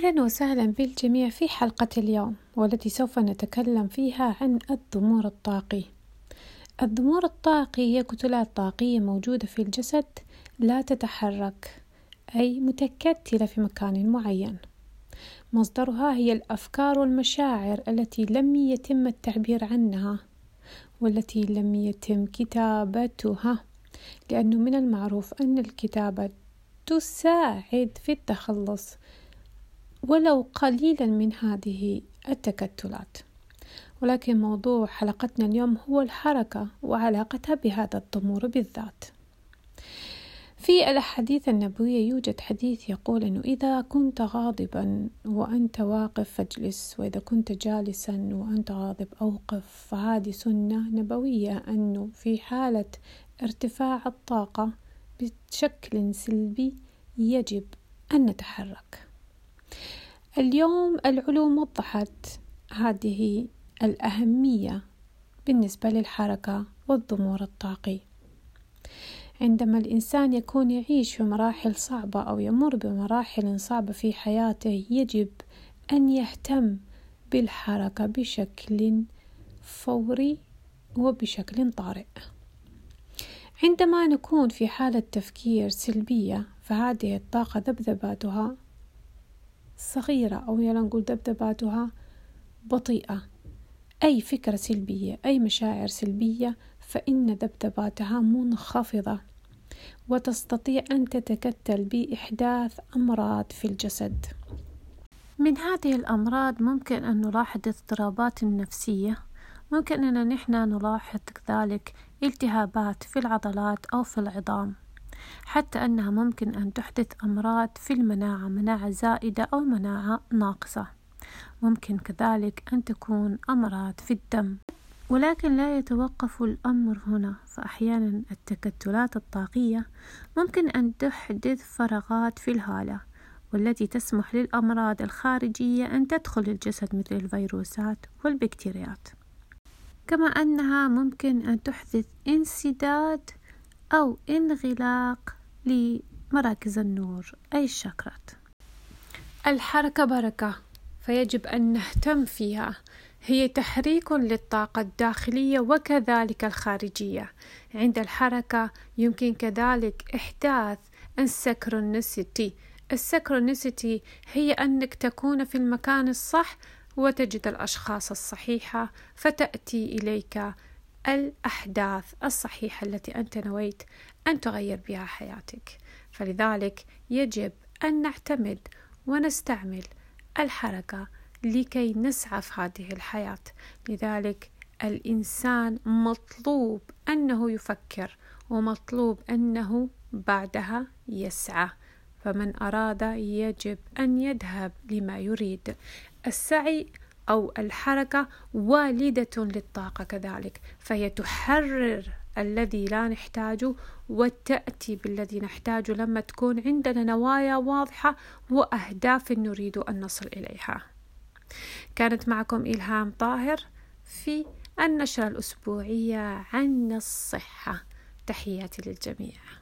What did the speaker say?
أهلا وسهلا بالجميع في حلقة اليوم، والتي سوف نتكلم فيها عن الضمور الطاقي. الضمور الطاقي هي كتلات طاقية موجودة في الجسد لا تتحرك، أي متكتلة في مكان معين. مصدرها هي الأفكار والمشاعر التي لم يتم التعبير عنها والتي لم يتم كتابتها، لأنه من المعروف أن الكتابة تساعد في التخلص ولو قليلا من هذه التكتلات. ولكن موضوع حلقتنا اليوم هو الحركة وعلاقتها بهذا الضمور بالذات. في الأحاديث النبوية يوجد حديث يقول أنه إذا كنت غاضبا وأنت واقف فاجلس، وإذا كنت جالسا وأنت غاضب أوقف. فهذه سنة نبوية أنه في حالة ارتفاع الطاقة بشكل سلبي يجب أن نتحرك. اليوم العلوم وضحت هذه الأهمية بالنسبة للحركة والضمور الطاقي. عندما الإنسان يكون يعيش في مراحل صعبة أو يمر بمراحل صعبة في حياته، يجب أن يهتم بالحركة بشكل فوري وبشكل طارئ. عندما نكون في حالة تفكير سلبية، فهذه الطاقة ذبذباتها صغيرة، أو نقول ذبذباتها بطيئة. أي فكرة سلبية، أي مشاعر سلبية، فإن ذبذباتها منخفضة وتستطيع أن تتكتل بإحداث أمراض في الجسد. من هذه الأمراض ممكن أن نلاحظ اضطرابات نفسية، ممكن أن نحن نلاحظ ذلك التهابات في العضلات أو في العظام، حتى أنها ممكن أن تحدث أمراض في المناعة، مناعة زائدة أو مناعة ناقصة. ممكن كذلك أن تكون أمراض في الدم. ولكن لا يتوقف الأمر هنا، فأحيانا التكتلات الطاقية ممكن أن تحدث فراغات في الهالة، والتي تسمح للأمراض الخارجية أن تدخل الجسد مثل الفيروسات والبكتيريات. كما أنها ممكن أن تحدث انسداد أو انغلاق لمراكز النور أي الشاكرات. الحركة بركة، فيجب أن نهتم فيها. هي تحريك للطاقة الداخلية وكذلك الخارجية. عند الحركة يمكن كذلك إحداث السكرونيسيتي هي أنك تكون في المكان الصح وتجد الأشخاص الصحيحة، فتأتي إليك الأحداث الصحيحة التي أنت نويت أن تغير بها حياتك. فلذلك يجب أن نعتمد ونستعمل الحركة لكي نسعى في هذه الحياة. لذلك الإنسان مطلوب أنه يفكر، ومطلوب أنه بعدها يسعى. فمن أراد يجب أن يذهب لما يريد. السعي أو الحركة والدة للطاقة كذلك، فهي تحرر الذي لا نحتاجه وتأتي بالذي نحتاجه لما تكون عندنا نوايا واضحة وأهداف نريد أن نصل إليها. كانت معكم إلهام طاهر في النشرة الأسبوعية عن الصحة. تحياتي للجميع.